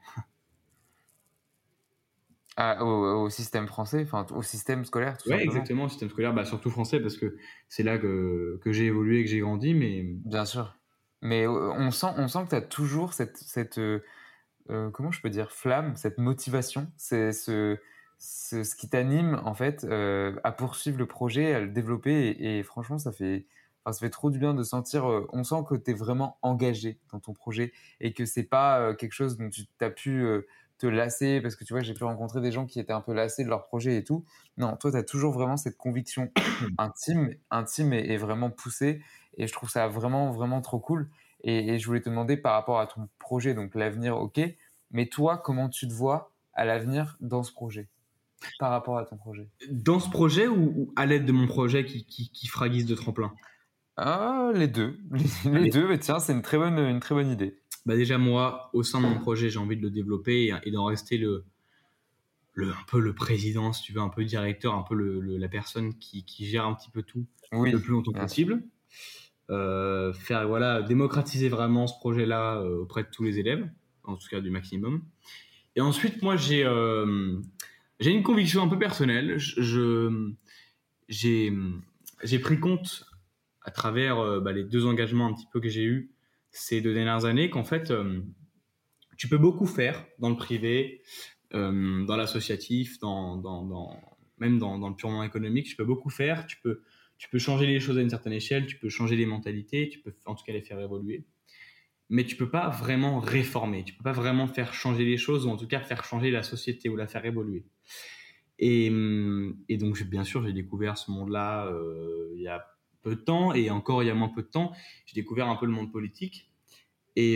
Speaker 10: Au système français, enfin au système scolaire, tout simplement.
Speaker 11: Exactement, au système scolaire, surtout français, parce que c'est là que j'ai évolué et que j'ai grandi. Mais
Speaker 10: bien sûr. Mais on sent que tu as toujours cette comment je peux dire, flamme, cette motivation, ce qui t'anime en fait à poursuivre le projet, à le développer et franchement ça fait trop du bien de sentir, on sent que tu es vraiment engagé dans ton projet et que c'est pas quelque chose dont tu as pu te lasser parce que tu vois, j'ai pu rencontrer des gens qui étaient un peu lassés de leur projet et tout. Non, toi, tu as toujours vraiment cette conviction intime et vraiment poussée et je trouve ça vraiment, vraiment trop cool. Et je voulais te demander par rapport à ton projet, donc l'avenir, ok, mais toi, comment tu te vois à l'avenir dans ce projet, par rapport à ton projet?
Speaker 11: Dans ce projet ou à l'aide de mon projet qui fera guise de tremplin?
Speaker 10: Ah, les deux. Les deux, mais tiens, c'est une très bonne idée.
Speaker 11: Bah déjà, moi, au sein de mon projet, j'ai envie de le développer et d'en rester un peu le président, si tu veux, un peu le directeur, un peu la personne qui gère un petit peu tout
Speaker 10: Oui,
Speaker 11: le plus longtemps
Speaker 10: bien
Speaker 11: possible. Démocratiser vraiment ce projet-là auprès de tous les élèves, en tout cas du maximum. Et ensuite, moi, j'ai une conviction un peu personnelle. J'ai pris compte à travers les 2 engagements un petit peu que j'ai eus ces 2 dernières années qu'en fait, tu peux beaucoup faire dans le privé, dans l'associatif, même dans le purement économique. Tu peux beaucoup faire. Tu peux changer les choses à une certaine échelle. Tu peux changer les mentalités. Tu peux en tout cas les faire évoluer. Mais tu peux pas vraiment réformer. Tu peux pas vraiment faire changer les choses ou en tout cas faire changer la société ou la faire évoluer. Et donc, bien sûr, j'ai découvert ce monde-là il y a peu de temps et encore il y a moins peu de temps. J'ai découvert un peu le monde politique et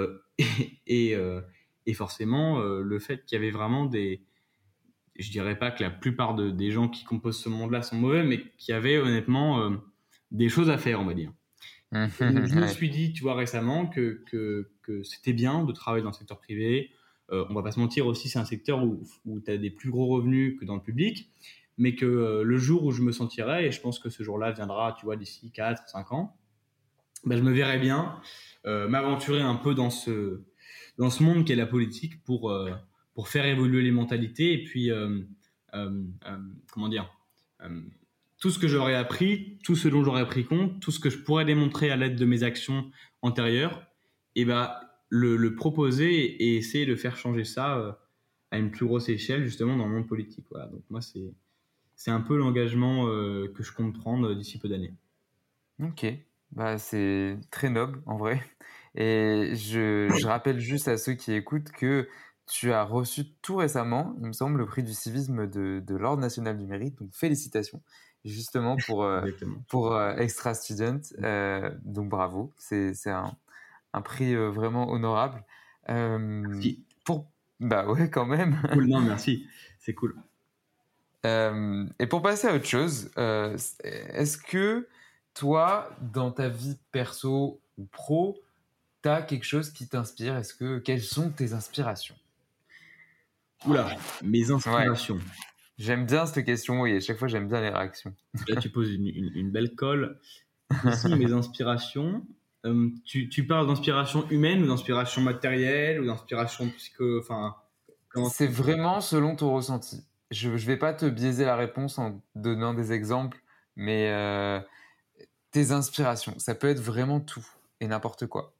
Speaker 11: forcément le fait qu'il y avait vraiment je dirais pas que la plupart des gens qui composent ce monde-là sont mauvais, mais qu'il y avait honnêtement des choses à faire, on va dire. Donc, je me suis dit, tu vois, récemment que c'était bien de travailler dans le secteur privé. On va pas se mentir aussi, c'est un secteur où tu as des plus gros revenus que dans le public, mais que le jour où je me sentirai, et je pense que ce jour-là viendra, tu vois, d'ici 4, 5 ans, je me verrai bien m'aventurer un peu dans ce monde qu'est la politique pour faire évoluer les mentalités et puis, comment dire, tout ce que j'aurais appris, tout ce dont j'aurais pris compte, tout ce que je pourrais démontrer à l'aide de mes actions antérieures, et le proposer et essayer de faire changer ça à une plus grosse échelle, justement, dans le monde politique. Voilà. Donc moi, c'est un peu l'engagement que je compte prendre d'ici peu d'années.
Speaker 10: Ok, c'est très noble en vrai. Et je rappelle juste à ceux qui écoutent que tu as reçu tout récemment, il me semble, le prix du civisme de l'Ordre national du mérite. Donc félicitations, justement pour Extra Student. Donc bravo, c'est un prix vraiment honorable.
Speaker 11: Merci.
Speaker 10: Ouais, quand même.
Speaker 11: Cool, non, merci, c'est cool.
Speaker 10: Et pour passer à autre chose, est-ce que toi, dans ta vie perso ou pro, t'as quelque chose qui t'inspire? Quelles sont tes inspirations?
Speaker 11: Oula, mes inspirations.
Speaker 10: Ouais. J'aime bien cette question et à chaque fois j'aime bien les réactions.
Speaker 11: Là, tu poses une belle colle. Quelles sont mes inspirations? Tu parles d'inspiration humaine ou d'inspiration matérielle ou d'inspiration
Speaker 10: C'est vraiment selon ton ressenti. Je vais pas te biaiser la réponse en donnant des exemples, mais tes inspirations, ça peut être vraiment tout et n'importe quoi.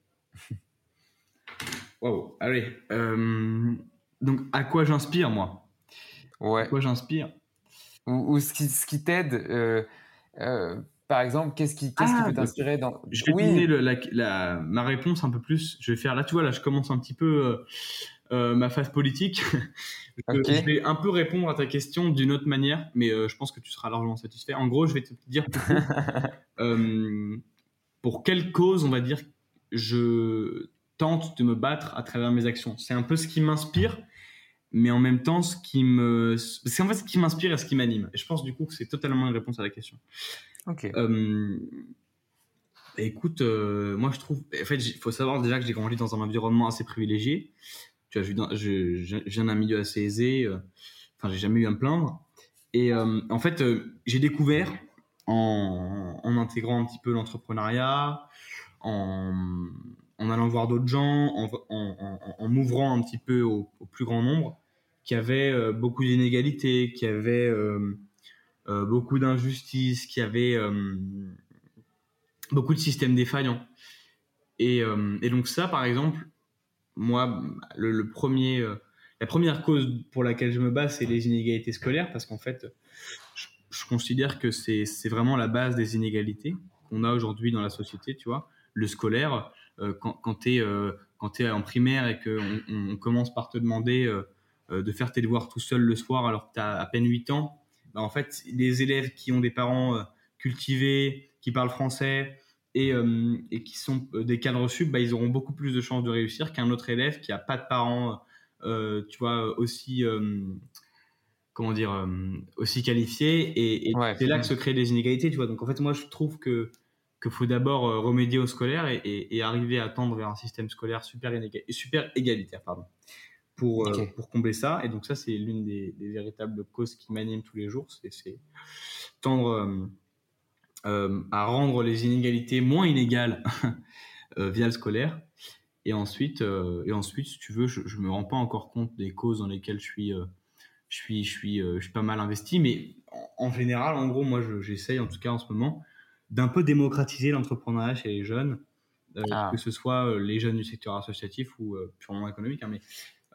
Speaker 11: Wow, allez. Donc, à quoi j'inspire, moi?
Speaker 10: Ouais.
Speaker 11: À quoi j'inspire?
Speaker 10: Ou ce qui t'aide. Par exemple, qu'est-ce qui peut t'inspirer dans...
Speaker 11: Je vais donner ma réponse un peu plus. Je vais faire là, tu vois, là, je commence un petit peu ma phase politique. Je vais un peu répondre à ta question d'une autre manière, mais je pense que tu seras largement satisfait. En gros, je vais te dire pour quelle cause, on va dire, je tente de me battre à travers mes actions. C'est un peu ce qui m'inspire, mais en même temps, c'est en fait ce qui m'inspire et ce qui m'anime. Et je pense du coup que c'est totalement une réponse à la question.
Speaker 10: Ok.
Speaker 11: Écoute, moi je trouve, en fait, il faut savoir déjà que j'ai grandi dans un environnement assez privilégié. Tu vois, je viens d'un milieu assez aisé. J'ai jamais eu à me plaindre. Et en fait, j'ai découvert en intégrant un petit peu l'entrepreneuriat, en allant voir d'autres gens, en m'ouvrant un petit peu au plus grand nombre, qu'il y avait beaucoup d'inégalités, qu'il y avait beaucoup d'injustices, qu'il y avait beaucoup de systèmes défaillants. Et donc ça, par exemple, moi, La première cause pour laquelle je me bats, c'est les inégalités scolaires, parce qu'en fait, je considère que c'est vraiment la base des inégalités qu'on a aujourd'hui dans la société, tu vois. Le scolaire, quand tu es en primaire et qu'on commence par te demander de faire tes devoirs tout seul le soir alors que tu as à peine 8 ans, bah, en fait, les élèves qui ont des parents cultivés, qui parlent français et qui sont des cadres sup, bah, ils auront beaucoup plus de chances de réussir qu'un autre élève qui n'a pas de parents, tu vois, aussi aussi qualifiés. Et c'est là que se créent des inégalités, tu vois. Donc en fait, moi, je trouve qu'il faut d'abord remédier au scolaire et arriver à tendre vers un système scolaire super égalitaire, pardon, pour combler ça. Et donc ça, c'est l'une des véritables causes qui m'animent tous les jours, c'est tendre à rendre les inégalités moins inégales via le scolaire. Et ensuite, si tu veux, je me rends pas encore compte des causes dans lesquelles je suis pas mal investi, mais en général, en gros, moi, j'essaye, en tout cas en ce moment, d'un peu démocratiser l'entrepreneuriat chez les jeunes, que ce soit les jeunes du secteur associatif ou purement économique, hein, mais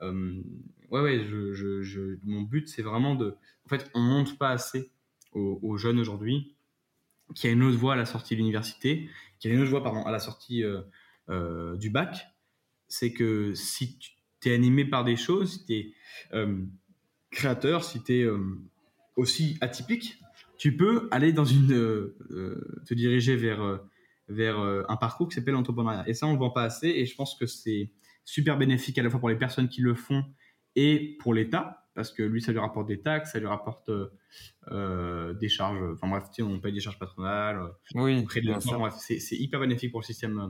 Speaker 11: mon but, c'est vraiment en fait, on montre pas assez aux jeunes aujourd'hui qu'il y a une autre voie à la sortie de l'université, qu'il y a une autre voie, pardon, à la sortie du bac. C'est que si tu es animé par des choses, si tu es créateur, si tu es aussi atypique, tu peux aller te diriger vers un parcours qui s'appelle l'entrepreneuriat. Et ça, on le vend pas assez, et je pense que c'est super bénéfique à la fois pour les personnes qui le font et pour l'État, parce que lui, ça lui rapporte des taxes, ça lui rapporte des charges, enfin bref, on paye des charges patronales, on crée de l'emploi, bref, c'est hyper bénéfique pour le système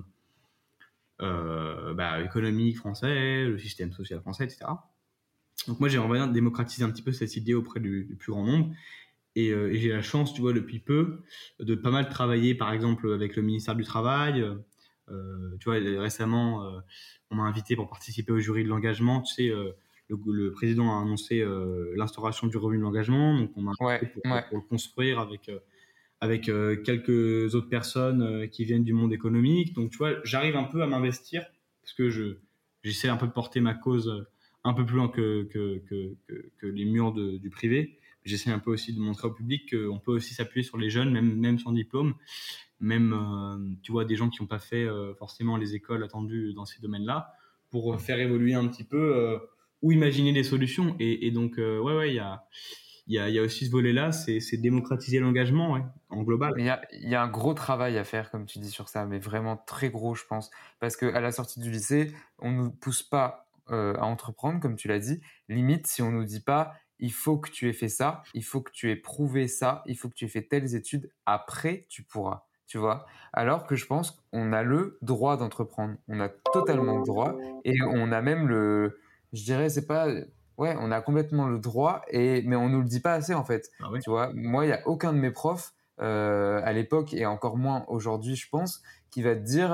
Speaker 11: économique français, le système social français, etc. Donc moi, j'aimerais bien démocratiser un petit peu cette idée auprès du plus grand nombre. Et j'ai la chance, tu vois, depuis peu, de pas mal travailler, par exemple, avec le ministère du Travail. Tu vois, récemment, on m'a invité pour participer au jury de l'engagement. Tu sais, le président a annoncé l'instauration du revenu de l'engagement. Donc, on m'a invité pour le construire avec quelques autres personnes qui viennent du monde économique. Donc, tu vois, j'arrive un peu à m'investir parce que j'essaie un peu de porter ma cause un peu plus loin que les murs du privé. J'essaie un peu aussi de montrer au public qu'on peut aussi s'appuyer sur les jeunes, même sans diplôme, même, tu vois, des gens qui n'ont pas fait forcément les écoles attendues dans ces domaines-là, pour faire évoluer un petit peu ou imaginer des solutions. Et donc, il y a aussi ce volet-là, c'est démocratiser l'engagement, en global.
Speaker 10: Il y a un gros travail à faire, comme tu dis, sur ça, mais vraiment très gros, je pense. Parce qu'à la sortie du lycée, on ne nous pousse pas à entreprendre, comme tu l'as dit. Limite, si on ne nous dit pas, il faut que tu aies fait ça, il faut que tu aies prouvé ça, il faut que tu aies fait telles études, après, tu pourras. Tu vois, alors que je pense qu'on a le droit d'entreprendre. On a totalement le droit. Et on a même je dirais, c'est pas... Ouais, on a complètement le droit, mais on nous le dit pas assez, en fait.
Speaker 11: Ah oui.
Speaker 10: Tu vois, moi, il y a aucun de mes profs à l'époque, et encore moins aujourd'hui, je pense, qui va te dire,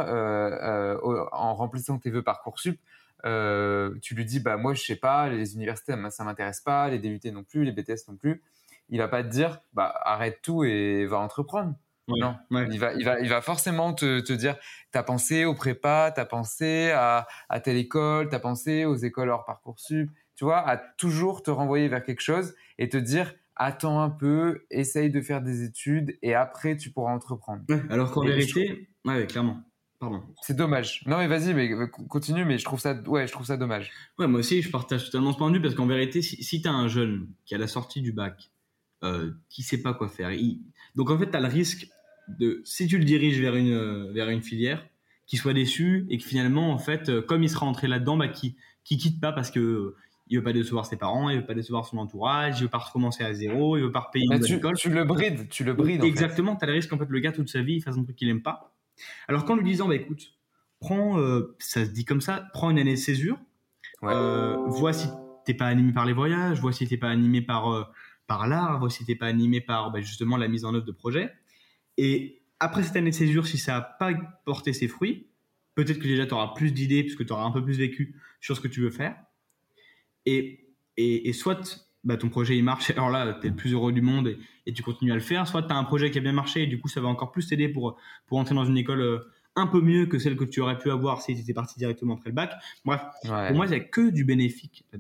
Speaker 10: en remplissant tes vœux Parcoursup, tu lui dis, bah moi, je sais pas, les universités, ça m'intéresse pas, les DUT non plus, les BTS non plus. Il va pas te dire, bah arrête tout et va entreprendre.
Speaker 11: Ouais,
Speaker 10: non,
Speaker 11: ouais.
Speaker 10: il va forcément te dire, t'as pensé aux prépas, t'as pensé à telle école, t'as pensé aux écoles hors Parcoursup, tu vois, à toujours te renvoyer vers quelque chose et te dire, attends un peu, essaye de faire des études et après tu pourras entreprendre.
Speaker 11: Ouais, alors qu'en vérité, clairement. Pardon.
Speaker 10: C'est dommage. Non mais vas-y, mais continue, mais je trouve ça dommage.
Speaker 11: Ouais, moi aussi, je partage totalement ce point de vue parce qu'en vérité, si t'as un jeune qui à la sortie du bac, qui sait pas quoi faire, donc en fait, t'as le risque si tu le diriges vers une filière, qu'il soit déçu et que finalement, en fait, comme il sera entré là-dedans, qui quitte pas parce que il veut pas décevoir ses parents, il veut pas décevoir son entourage, il veut pas recommencer à zéro, il veut pas repayer une nouvelle école.
Speaker 10: Tu le brides.
Speaker 11: Exactement, t'as le risque, en fait, le gars toute sa vie, il fasse un truc qu'il aime pas. Alors qu'en lui disant, bah écoute, prends, ça se dit comme ça, prends une année de césure, vois si t'es pas animé par les voyages, vois si t'es pas animé par l'art, vois si t'es pas animé par justement la mise en œuvre de projets. Et après cette année de césure, si ça n'a pas porté ses fruits, peut-être que déjà tu auras plus d'idées puisque tu auras un peu plus vécu sur ce que tu veux faire. Et soit ton projet il marche, alors là tu es le plus heureux du monde et tu continues à le faire, soit tu as un projet qui a bien marché et du coup ça va encore plus t'aider pour entrer dans une école un peu mieux que celle que tu aurais pu avoir si tu étais parti directement après le bac. Bref, pour moi il n'y a que du bénéfique là-dedans.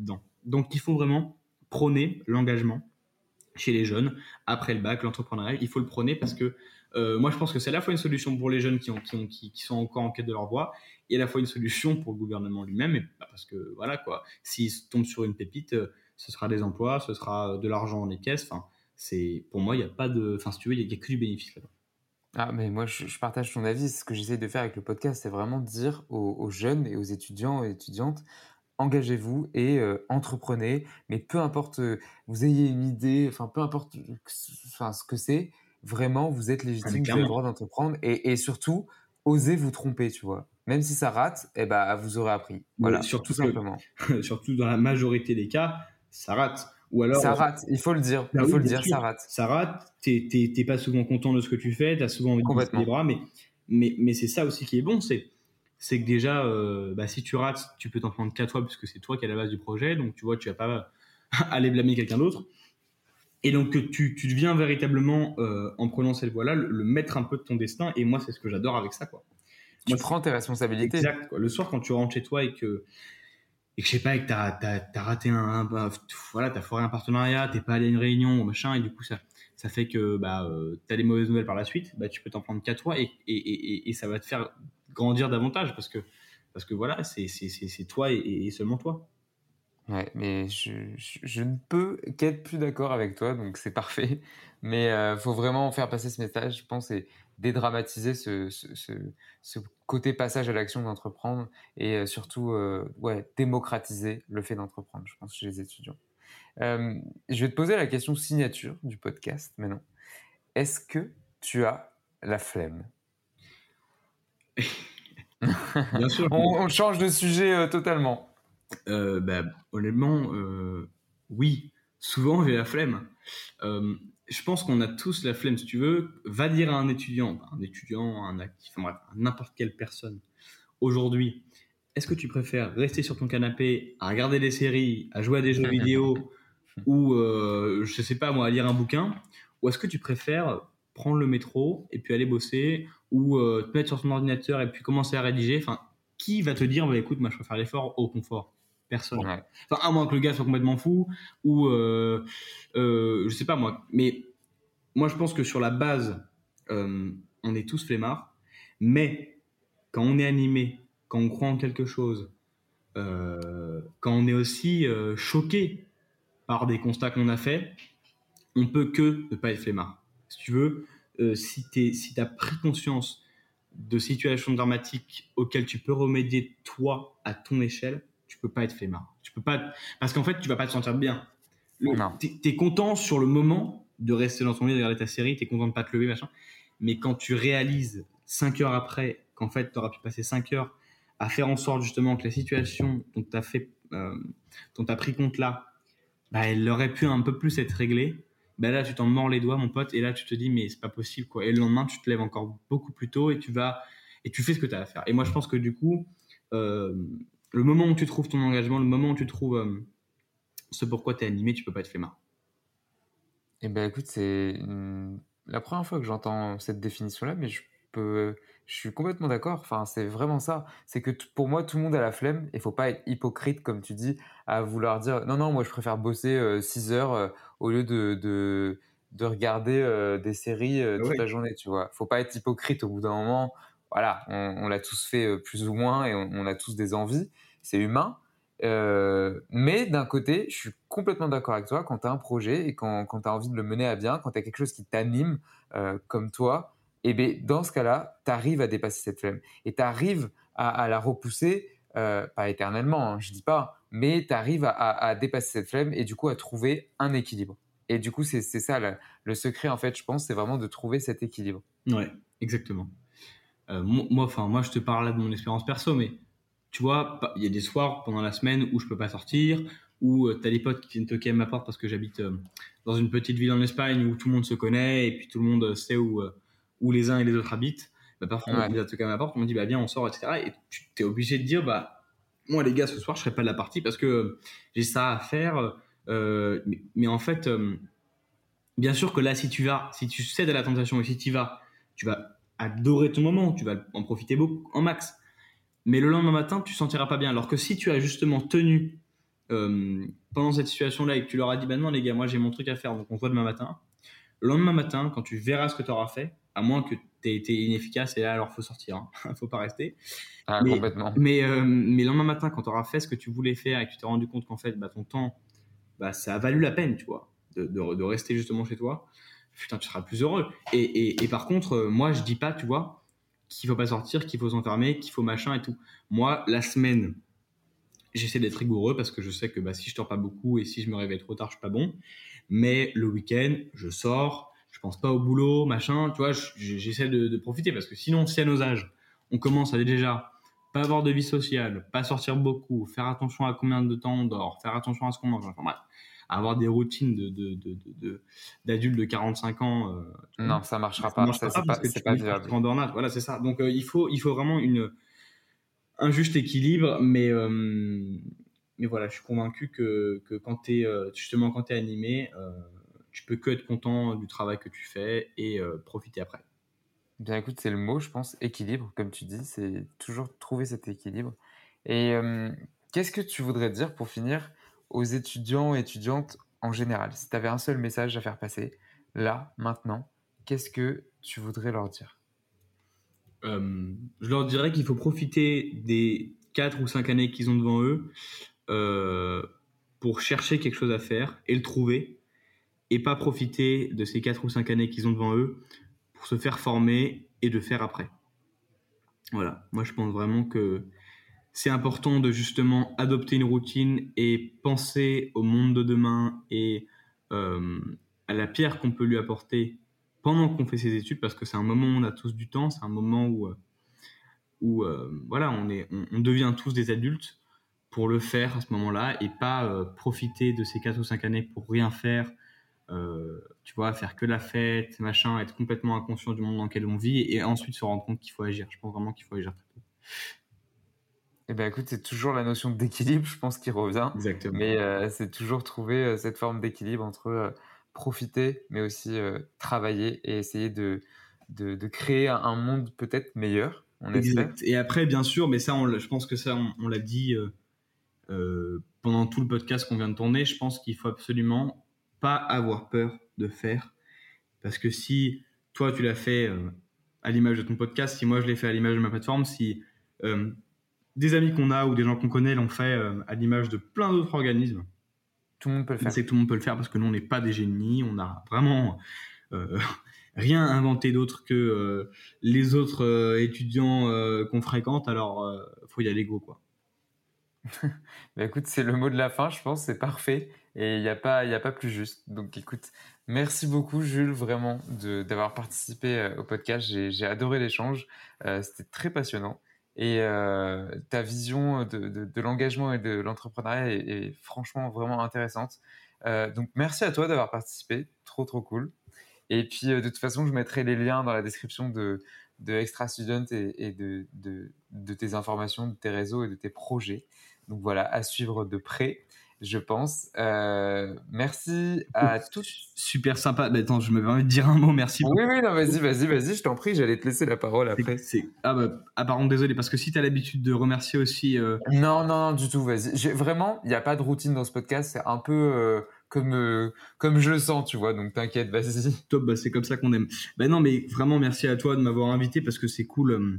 Speaker 11: Donc, il faut vraiment prôner l'engagement chez les jeunes. Après le bac, l'entrepreneuriat, il faut le prôner parce que moi, je pense que c'est à la fois une solution pour les jeunes qui sont encore en quête de leur voie et à la fois une solution pour le gouvernement lui-même. Parce que, voilà, quoi, s'ils tombent sur une pépite, ce sera des emplois, ce sera de l'argent dans les caisses. Enfin, pour moi, il n'y a pas de... Enfin, si tu veux, il n'y a que du bénéfice là-bas.
Speaker 10: Ah, mais moi, je partage ton avis. Ce que j'essaie de faire avec le podcast, c'est vraiment de dire aux jeunes et aux étudiants et étudiantes, engagez-vous et entreprenez. Mais peu importe, vous ayez une idée, enfin, peu importe ce que c'est, vraiment, vous êtes légitime, vous avez le droit d'entreprendre. Et surtout, osez vous tromper, tu vois. Même si ça rate, eh ben, vous aurez appris. Voilà,
Speaker 11: surtout
Speaker 10: tout simplement.
Speaker 11: Surtout dans la majorité des cas, ça rate. Ou alors,
Speaker 10: ça rate, il faut le dire.
Speaker 11: Bah
Speaker 10: il faut
Speaker 11: oui,
Speaker 10: le dire,
Speaker 11: sûr.
Speaker 10: ça rate.
Speaker 11: Ça rate, t'es pas souvent content de ce que tu fais, t'as souvent envie de baisser les bras, mais c'est ça aussi qui est bon, c'est que déjà, si tu rates, tu peux t'en prendre qu'à toi, puisque c'est toi qui es à la base du projet, donc tu vois, tu vas pas aller blâmer quelqu'un d'autre. Et donc que tu deviens véritablement, en prenant cette voie-là, le maître un peu de ton destin, et moi, c'est ce que j'adore avec ça, quoi.
Speaker 10: Tu prends tes responsabilités.
Speaker 11: Exact, quoi. Le soir, quand tu rentres chez toi et que je sais pas, et que t'as raté voilà, t'as foiré un partenariat, t'es pas allé à une réunion, machin, et du coup, ça fait que, t'as des mauvaises nouvelles par la suite, tu peux t'en prendre qu'à toi, et ça va te faire grandir davantage, parce que voilà, c'est toi et seulement toi.
Speaker 10: Ouais, mais je ne peux qu'être plus d'accord avec toi, donc c'est parfait. Mais faut vraiment faire passer ce message, je pense, et dédramatiser ce côté passage à l'action d'entreprendre et surtout démocratiser le fait d'entreprendre, je pense, chez les étudiants. Je vais te poser la question signature du podcast maintenant. Est-ce que tu as la flemme?
Speaker 11: Bien sûr.
Speaker 10: On change de sujet totalement.
Speaker 11: Honnêtement, oui. Souvent, j'ai la flemme. Je pense qu'on a tous la flemme. Si tu veux, va dire à un étudiant, un actif, enfin bref, n'importe quelle personne, aujourd'hui, est-ce que tu préfères rester sur ton canapé à regarder des séries, à jouer à des jeux vidéo ou, je sais pas moi, à lire un bouquin, ou est-ce que tu préfères prendre le métro et puis aller bosser ou te mettre sur ton ordinateur et puis commencer à rédiger? Enfin, qui va te dire, écoute, moi je préfère l'effort au confort? Personne.
Speaker 10: Ouais.
Speaker 11: Enfin, à moins que le gars soit complètement fou ou je sais pas moi. Mais moi je pense que sur la base, on est tous flemmards, mais quand on est animé, quand on croit en quelque chose, quand on est aussi choqué par des constats qu'on a faits, on peut que ne pas être flemmard. Si tu veux, si t'as pris conscience de situations dramatiques auxquelles tu peux remédier toi à ton échelle, tu peux pas être flemmard. Tu peux pas, parce qu'en fait, tu vas pas te sentir bien. T'es content sur le moment de rester dans ton lit, de regarder ta série, t'es content de pas te lever, machin. Mais quand tu réalises 5 heures après qu'en fait, t'auras pu passer 5 heures à faire en sorte justement que la situation dont t'as pris compte là, elle aurait pu un peu plus être réglée. Là, tu t'en mords les doigts, mon pote, et là, tu te dis, mais c'est pas possible, quoi. Et le lendemain, tu te lèves encore beaucoup plus tôt et tu fais ce que tu as à faire. Et moi, je pense que du coup, le moment où tu trouves ton engagement, le moment où tu trouves ce pourquoi tu es animé, tu peux pas être flemmard.
Speaker 10: Eh ben, écoute, c'est la première fois que j'entends cette définition-là, mais je suis complètement d'accord. Enfin, c'est vraiment ça. C'est que pour moi, tout le monde a la flemme. Il faut pas être hypocrite, comme tu dis, à vouloir dire non, moi, je préfère bosser 6 heures au lieu de regarder des séries toute la journée. Tu vois, faut pas être hypocrite au bout d'un moment. Voilà, on l'a tous fait plus ou moins et on a tous des envies. C'est humain. Mais d'un côté, je suis complètement d'accord avec toi. Quand tu as un projet et quand tu as envie de le mener à bien, quand tu as quelque chose qui t'anime comme toi, et bien dans ce cas-là, tu arrives à dépasser cette flemme et tu arrives à la repousser, pas éternellement, hein, je dis pas, mais tu arrives à dépasser cette flemme et du coup à trouver un équilibre. Et du coup, c'est ça le secret, en fait, je pense, c'est vraiment de trouver cet équilibre.
Speaker 11: Ouais, exactement. Moi, je te parle là de mon expérience perso, mais tu vois, il y a des soirs pendant la semaine où je peux pas sortir, où t'as des potes qui viennent toquer à ma porte parce que j'habite dans une petite ville en Espagne où tout le monde se connaît et puis tout le monde sait où les uns et les autres habitent. Parfois, on vient toquer à ma porte, on me dit, viens, on sort, etc. Et tu t'es obligé de dire, moi, les gars, ce soir, je serai pas de la partie parce que j'ai ça à faire. Mais en fait, bien sûr que là, si tu cèdes à la tentation et si tu vas adorer ton moment, tu vas en profiter beaucoup, en max. Mais le lendemain matin, tu ne sentiras pas bien. Alors que si tu as justement tenu pendant cette situation-là et que tu leur as dit, bah non les gars, moi j'ai mon truc à faire, donc on se voit demain matin. Le lendemain matin, quand tu verras ce que tu auras fait, à moins que tu aies été inefficace, et là alors faut sortir, hein. Faut pas rester.
Speaker 10: Complètement.
Speaker 11: Mais le lendemain matin, quand tu auras fait ce que tu voulais faire et que tu t'es rendu compte qu'en fait, ton temps, ça a valu la peine, tu vois, de rester justement chez toi, putain, tu seras plus heureux. Et par contre, moi, je dis pas, tu vois, qu'il faut pas sortir, qu'il faut s'enfermer, qu'il faut machin et tout. Moi, la semaine, j'essaie d'être rigoureux parce que je sais que si je dors pas beaucoup et si je me réveille trop tard, je suis pas bon. Mais le week-end, je sors, je pense pas au boulot, machin, tu vois, j'essaie de profiter parce que sinon, si à nos âges, on commence à déjà pas avoir de vie sociale, pas sortir beaucoup, faire attention à combien de temps on dort, faire attention à ce qu'on mange, enfin bref, avoir des routines d'adultes de 45 ans.
Speaker 10: Non, ça marchera pas. C'est pas viable.
Speaker 11: En burn-out, voilà, c'est ça. Donc il faut vraiment un juste équilibre, mais voilà, je suis convaincu que quand t'es animé, tu peux que être content du travail que tu fais et profiter après.
Speaker 10: Bien écoute, c'est le mot, je pense, équilibre, comme tu dis, c'est toujours trouver cet équilibre. Et qu'est-ce que tu voudrais dire pour finir aux étudiants et étudiantes en général? Si tu avais un seul message à faire passer, là, maintenant, qu'est-ce que tu voudrais leur dire?
Speaker 11: Je leur dirais qu'il faut profiter des 4 ou 5 années qu'ils ont devant eux pour chercher quelque chose à faire et le trouver, et pas profiter de ces 4 ou 5 années qu'ils ont devant eux pour se faire former et de faire après. Voilà, moi je pense vraiment que c'est important de justement adopter une routine et penser au monde de demain et à la pierre qu'on peut lui apporter pendant qu'on fait ses études, parce que c'est un moment où on a tous du temps, c'est un moment où voilà, on devient tous des adultes pour le faire à ce moment-là et pas profiter de ces 4 ou 5 années pour rien faire, tu vois, faire que la fête, machin, être complètement inconscient du monde dans lequel on vit et ensuite se rendre compte qu'il faut agir. Je pense vraiment qu'il faut agir très tôt.
Speaker 10: Eh ben écoute, c'est toujours la notion d'équilibre, je pense, qui revient.
Speaker 11: Exactement.
Speaker 10: Mais c'est toujours trouver cette forme d'équilibre entre profiter, mais aussi travailler et essayer de créer un monde peut-être meilleur, on espère.
Speaker 11: Et après, bien sûr, mais ça, je pense que ça, on l'a dit pendant tout le podcast qu'on vient de tourner, je pense qu'il faut absolument pas avoir peur de faire. Parce que si toi, tu l'as fait à l'image de ton podcast, si moi, je l'ai fait à l'image de ma plateforme, si des amis qu'on a ou des gens qu'on connaît l'ont fait à l'image de plein d'autres organismes,
Speaker 10: tout le monde peut le faire.
Speaker 11: C'est que tout le monde peut le faire parce que nous, on n'est pas des génies, on a vraiment rien inventé d'autre que les autres étudiants qu'on fréquente, alors faut y aller go, quoi.
Speaker 10: Bah écoute, c'est le mot de la fin, je pense, c'est parfait et il y a pas plus juste. Donc écoute, merci beaucoup Jules vraiment d'avoir participé au podcast. J'ai adoré l'échange, c'était très passionnant et ta vision de l'engagement et de l'entrepreneuriat est franchement vraiment intéressante. Donc merci à toi d'avoir participé, trop cool. Et puis de toute façon, je mettrai les liens dans la description de Extra Student et de tes informations, de tes réseaux et de tes projets. Donc voilà, à suivre de près, je pense. Merci à tous.
Speaker 11: Super sympa. Mais attends, je me permets de dire un mot. Merci.
Speaker 10: Oui, non, vas-y, je t'en prie, j'allais te laisser la parole après.
Speaker 11: Pardon, désolé, parce que si tu as l'habitude de remercier aussi...
Speaker 10: Non, du tout, vas-y. Vraiment, il n'y a pas de routine dans ce podcast, c'est un peu comme je le sens, tu vois, donc t'inquiète, vas-y.
Speaker 11: Top, c'est comme ça qu'on aime. Non, mais vraiment, merci à toi de m'avoir invité, parce que c'est cool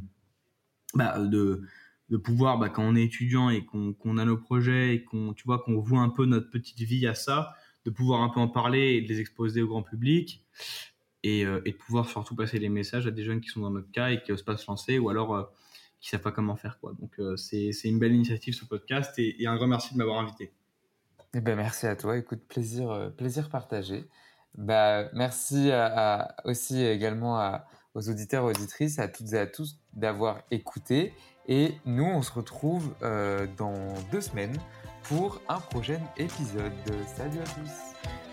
Speaker 11: de pouvoir, quand on est étudiant et qu'on a nos projets et qu'on voit un peu notre petite vie à ça, de pouvoir un peu en parler et de les exposer au grand public et de pouvoir surtout passer les messages à des jeunes qui sont dans notre cas et qui osent pas se lancer ou alors qui savent pas comment faire, quoi. Donc c'est une belle initiative, ce podcast, et un grand merci de m'avoir invité.
Speaker 10: Eh ben merci à toi, écoute, plaisir partagé. Merci aussi également aux auditeurs et auditrices, à toutes et à tous d'avoir écouté. Et nous, on se retrouve dans 2 semaines pour un prochain épisode. Salut à tous!